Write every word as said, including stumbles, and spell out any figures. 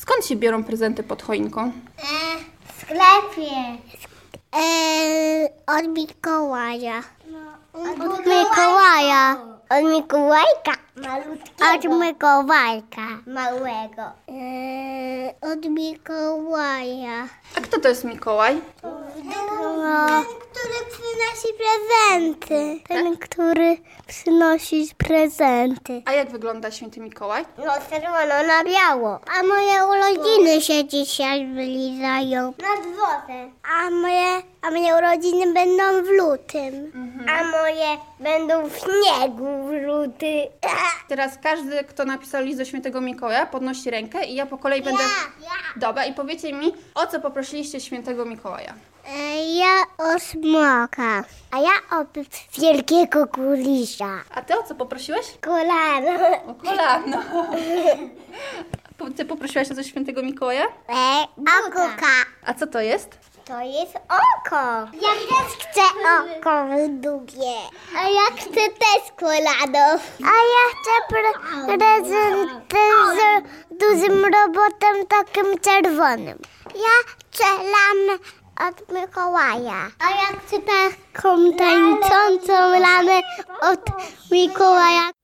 Skąd się biorą prezenty pod choinką? E, w sklepie. E, od Mikołaja. Od, od Mikołaja. Od Mikołajka. Malutkiego. Od Mikołajka. Małego. E, od Mikołaja. A kto to jest Mikołaj? No. Ten, który przynosi prezenty. Ten, który przynosi prezenty. A jak wygląda święty Mikołaj? No czerwono na biało. A moje urodziny się dzisiaj wylizają. Na dworze. A moje, a moje urodziny będą w lutym. Mhm. A moje będą w śniegu w luty. Teraz każdy, kto napisał list do świętego Mikołaja, podnosi rękę i ja po kolei będę... Ja. Dobra, i powiecie mi, o co poprosiliście świętego Mikołaja? E, ja o smoka. A ja o wielkiego kulisia. A ty o co poprosiłeś? Kolano. O kolano. Ty poprosiłaś o coś świętego Mikołaja? E, okoka. A co to jest? To jest oko. Ja też chcę oko długie. A ja chcę też kolano. A ja chcę pre- prezent z dużym robotem takim czerwonym. Ja chcę lamę od Mikołaja. A ja chcę taką tańczącą lamę od Mikołaja.